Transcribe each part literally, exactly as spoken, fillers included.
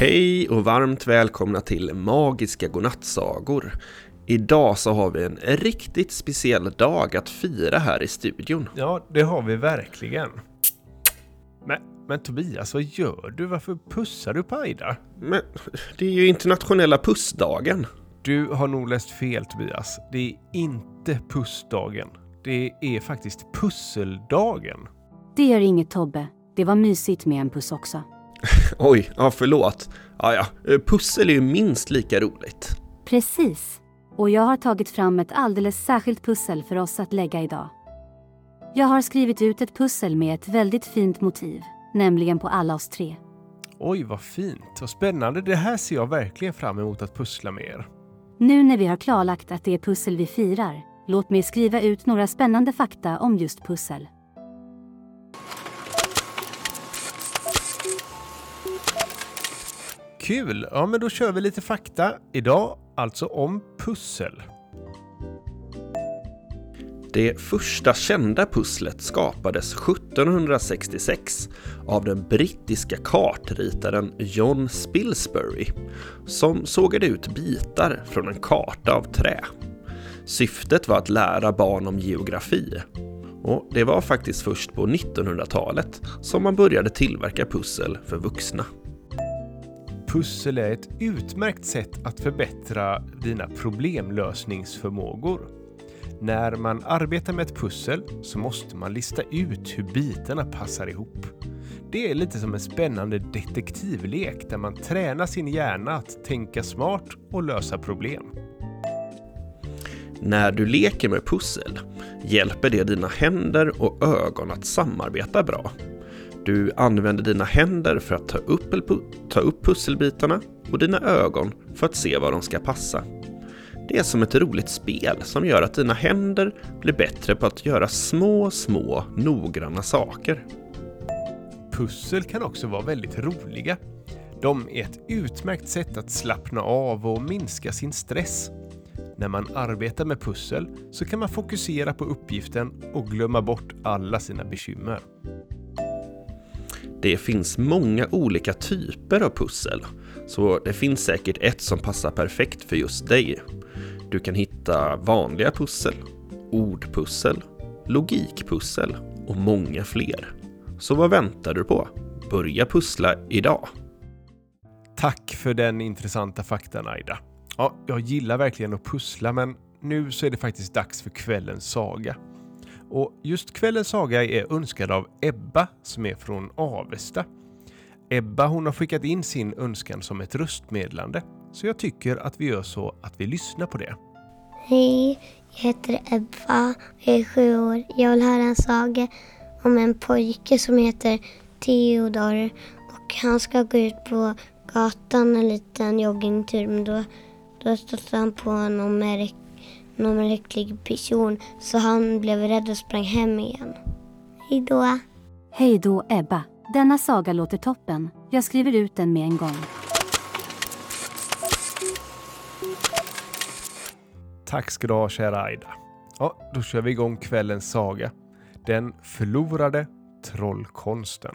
Hej och varmt välkomna till Magiska godnattsagor. Idag så har vi en riktigt speciell dag att fira här i studion. Ja, det har vi verkligen. Men, men Tobias, vad gör du? Varför pussar du på Aida? Men det är ju internationella pussdagen. Du har nog läst fel, Tobias. Det är inte pussdagen. Det är faktiskt pusseldagen. Det gör inget, Tobbe. Det var mysigt med en puss också. Oj, ja förlåt. Ja, ja, pussel är ju minst lika roligt. Precis. Och jag har tagit fram ett alldeles särskilt pussel för oss att lägga idag. Jag har skrivit ut ett pussel med ett väldigt fint motiv, nämligen på alla oss tre. Oj, vad fint. Vad spännande. Det här ser jag verkligen fram emot att pussla med er. Nu när vi har klarlagt att det är pussel vi firar, låt mig skriva ut några spännande fakta om just pussel. Kul! Ja, men då kör vi lite fakta idag, alltså om pussel. Det första kända pusslet skapades sjuttonhundrasextiosex av den brittiska kartritaren John Spilsbury, som sågade ut bitar från en karta av trä. Syftet var att lära barn om geografi. Och det var faktiskt först på nittonhundratalet som man började tillverka pussel för vuxna. Pussel är ett utmärkt sätt att förbättra dina problemlösningsförmågor. När man arbetar med ett pussel så måste man lista ut hur bitarna passar ihop. Det är lite som en spännande detektivlek där man tränar sin hjärna att tänka smart och lösa problem. När du leker med pussel hjälper det dina händer och ögon att samarbeta bra. Du använder dina händer för att ta upp, ta upp pusselbitarna och dina ögon för att se var de ska passa. Det är som ett roligt spel som gör att dina händer blir bättre på att göra små, små, noggranna saker. Pussel kan också vara väldigt roliga. De är ett utmärkt sätt att slappna av och minska sin stress. När man arbetar med pussel så kan man fokusera på uppgiften och glömma bort alla sina bekymmer. Det finns många olika typer av pussel, så det finns säkert ett som passar perfekt för just dig. Du kan hitta vanliga pussel, ordpussel, logikpussel och många fler. Så vad väntar du på? Börja pussla idag! Tack för den intressanta faktan, Aida. Ja, jag gillar verkligen att pussla, men nu så är det faktiskt dags för kvällens saga. Och just kvällens saga är önskad av Ebba som är från Avesta. Ebba hon har skickat in sin önskan som ett röstmeddelande. Så jag tycker att vi gör så att vi lyssnar på det. Hej, jag heter Ebba. Jag är sju år. Jag vill höra en saga om en pojke som heter Theodor. Och han ska gå ut på gatan en liten joggingtur. Men då, då stötte han på en omärk. någon märklig person så han blev rädd och sprang hem igen. Hej då! Hej då, Ebba. Denna saga låter toppen. Jag skriver ut den med en gång. Tack ska du ha, kära Aida. Ja, då kör vi igång kvällens saga. Den förlorade trollkonsten.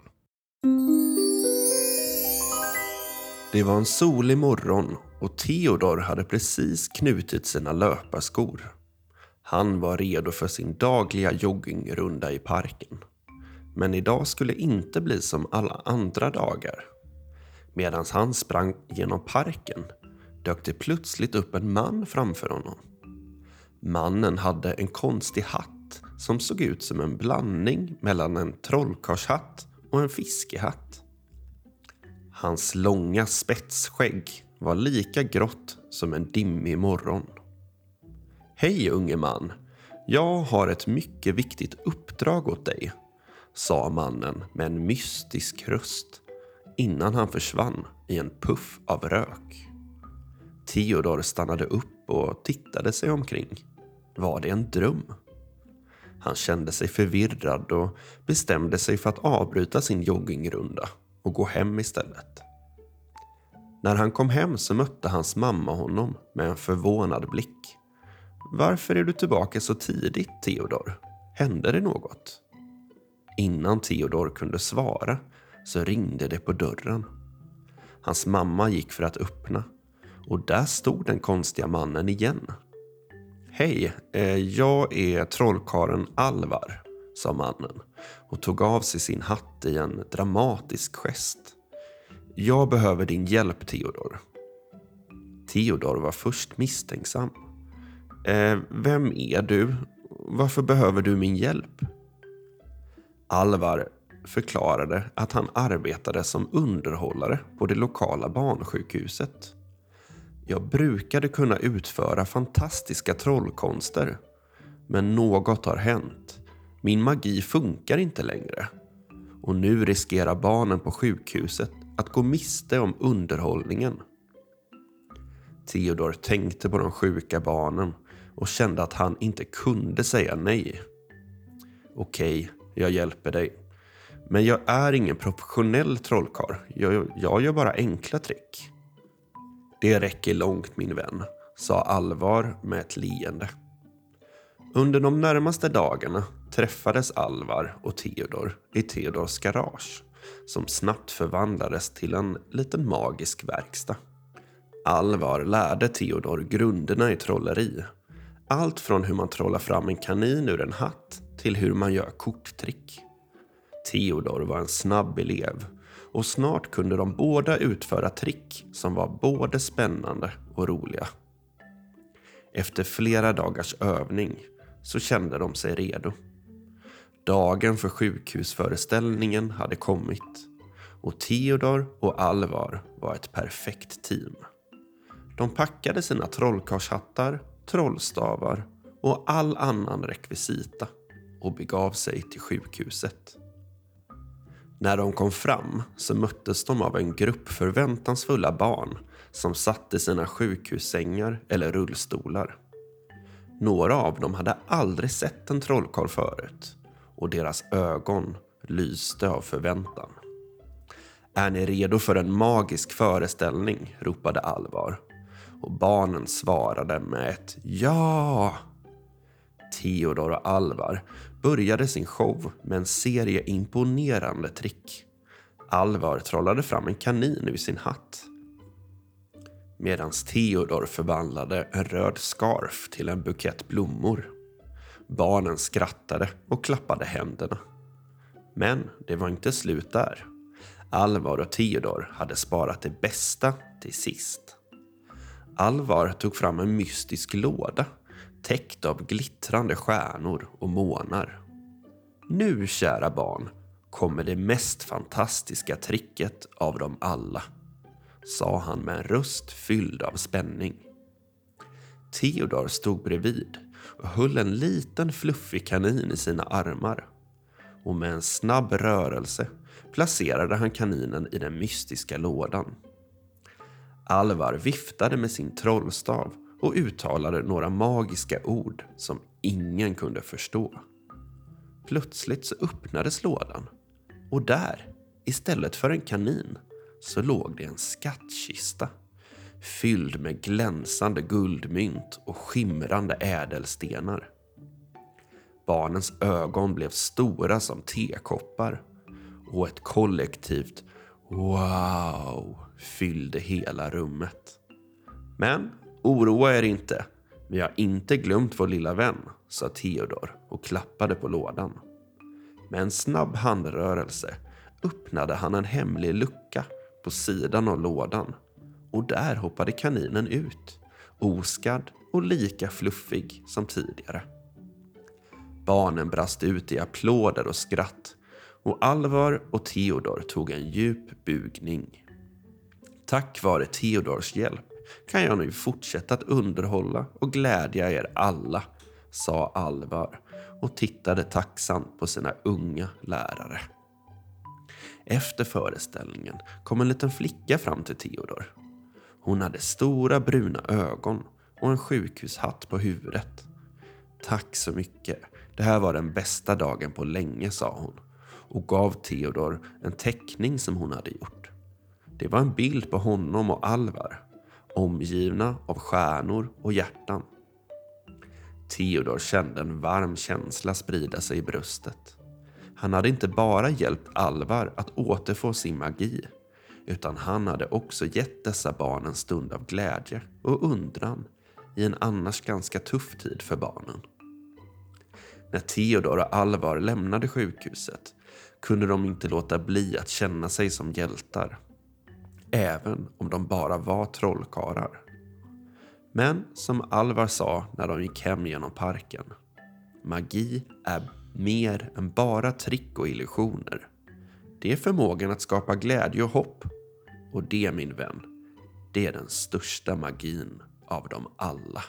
Det var en solig morgon och Theodor hade precis knutit sina löparskor. Han var redo för sin dagliga joggingrunda i parken. Men idag skulle inte bli som alla andra dagar. Medan han sprang genom parken dök det plötsligt upp en man framför honom. Mannen hade en konstig hatt som såg ut som en blandning mellan en trollkarlshatt och en fiskehatt. Hans långa spetsskägg var lika grått som en dimmig morgon. Hej unge man, jag har ett mycket viktigt uppdrag åt dig, sa mannen med en mystisk röst innan han försvann i en puff av rök. Theodor stannade upp och tittade sig omkring. Var det en dröm? Han kände sig förvirrad och bestämde sig för att avbryta sin joggingrunda och gå hem istället. När han kom hem så mötte hans mamma honom med en förvånad blick. Varför är du tillbaka så tidigt, Theodor? Hände det något? Innan Theodor kunde svara så ringde det på dörren. Hans mamma gick för att öppna och där stod den konstiga mannen igen. Hej, eh, jag är trollkaren Alvar, sa mannen och tog av sig sin hatt i en dramatisk gest. Jag behöver din hjälp, Theodor. Theodor var först misstänksam. Eh, vem är du? Varför behöver du min hjälp? Alvar förklarade att han arbetade som underhållare på det lokala barnsjukhuset. Jag brukade kunna utföra fantastiska trollkonster, men något har hänt. Min magi funkar inte längre. Och nu riskerar barnen på sjukhuset att gå miste om underhållningen. Theodor tänkte på de sjuka barnen och kände att han inte kunde säga nej. Okej, jag hjälper dig. Men jag är ingen professionell trollkarl. Jag, jag gör bara enkla trick. Det räcker långt, min vän, sa Alvar med ett leende. Under de närmaste dagarna träffades Alvar och Theodor i Theodors garage, som snabbt förvandlades till en liten magisk verkstad. Alvar lärde Theodor grunderna i trolleri. Allt från hur man trollar fram en kanin ur en hatt till hur man gör korttrick. Theodor var en snabb elev och snart kunde de båda utföra trick som var både spännande och roliga. Efter flera dagars övning så kände de sig redo. Dagen för sjukhusföreställningen hade kommit och Theodor och Alvar var ett perfekt team. De packade sina trollkarlshattar, trollstavar och all annan rekvisita och begav sig till sjukhuset. När de kom fram så möttes de av en grupp förväntansfulla barn som satt i sina sjukhussängar eller rullstolar. Några av dem hade aldrig sett en trollkarl förut och deras ögon lyste av förväntan. Är ni redo för en magisk föreställning? Ropade Alvar. Och barnen svarade med ett ja. Theodor och Alvar började sin show med en serie imponerande trick. Alvar trollade fram en kanin ur sin hatt, medan Theodor förvandlade en röd scarf till en bukett blommor. Barnen skrattade och klappade händerna. Men det var inte slut där. Alvar och Theodor hade sparat det bästa till sist. Alvar tog fram en mystisk låda täckt av glittrande stjärnor och månar. Nu, kära barn, kommer det mest fantastiska tricket av dem alla, sa han med en röst fylld av spänning. Theodor stod bredvid och höll en liten fluffig kanin i sina armar. Och med en snabb rörelse placerade han kaninen i den mystiska lådan. Alvar viftade med sin trollstav och uttalade några magiska ord som ingen kunde förstå. Plötsligt så öppnades lådan och där, istället för en kanin, så låg det en skattkista fylld med glänsande guldmynt och skimrande ädelstenar. Barnens ögon blev stora som tekoppar och ett kollektivt wow fyllde hela rummet. Men oroa er inte, vi har inte glömt vår lilla vän, sa Theodor och klappade på lådan. Med en snabb handrörelse öppnade han en hemlig lucka på sidan av lådan och där hoppade kaninen ut, oskadd och lika fluffig som tidigare. Barnen brast ut i applåder och skratt och Alvar och Theodor tog en djup bugning. Tack vare Theodors hjälp kan jag nu fortsätta att underhålla och glädja er alla, sa Alvar och tittade tacksamt på sina unga lärare. Efter föreställningen kom en liten flicka fram till Theodor. Hon hade stora bruna ögon och en sjukhushatt på huvudet. Tack så mycket, det här var den bästa dagen på länge, sa hon och gav Theodor en teckning som hon hade gjort. Det var en bild på honom och Alvar, omgivna av stjärnor och hjärtan. Theodor kände en varm känsla sprida sig i bröstet. Han hade inte bara hjälpt Alvar att återfå sin magi, utan han hade också gett dessa barn en stund av glädje och undran i en annars ganska tuff tid för barnen. När Theodor och Alvar lämnade sjukhuset kunde de inte låta bli att känna sig som hjältar, även om de bara var trollkarlar. Men som Alvar sa när de gick hem genom parken, magi är mer än bara trick och illusioner. Det är förmågan att skapa glädje och hopp. Och det, min vän, det är den största magin av dem alla.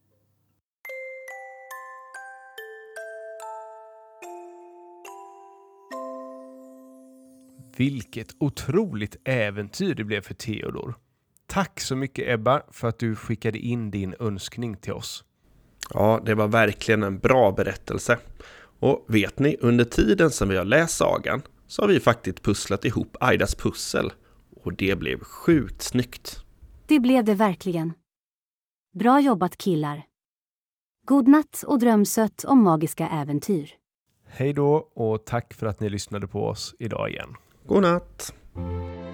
Vilket otroligt äventyr det blev för Theodor. Tack så mycket Ebba för att du skickade in din önskning till oss. Ja, det var verkligen en bra berättelse. Och vet ni, under tiden som vi har läst sagan så har vi faktiskt pusslat ihop Aidas pussel. Och det blev sjukt snyggt. Det blev det verkligen. Bra jobbat killar. God natt och drömsött om magiska äventyr. Hej då och tack för att ni lyssnade på oss idag igen. God natt!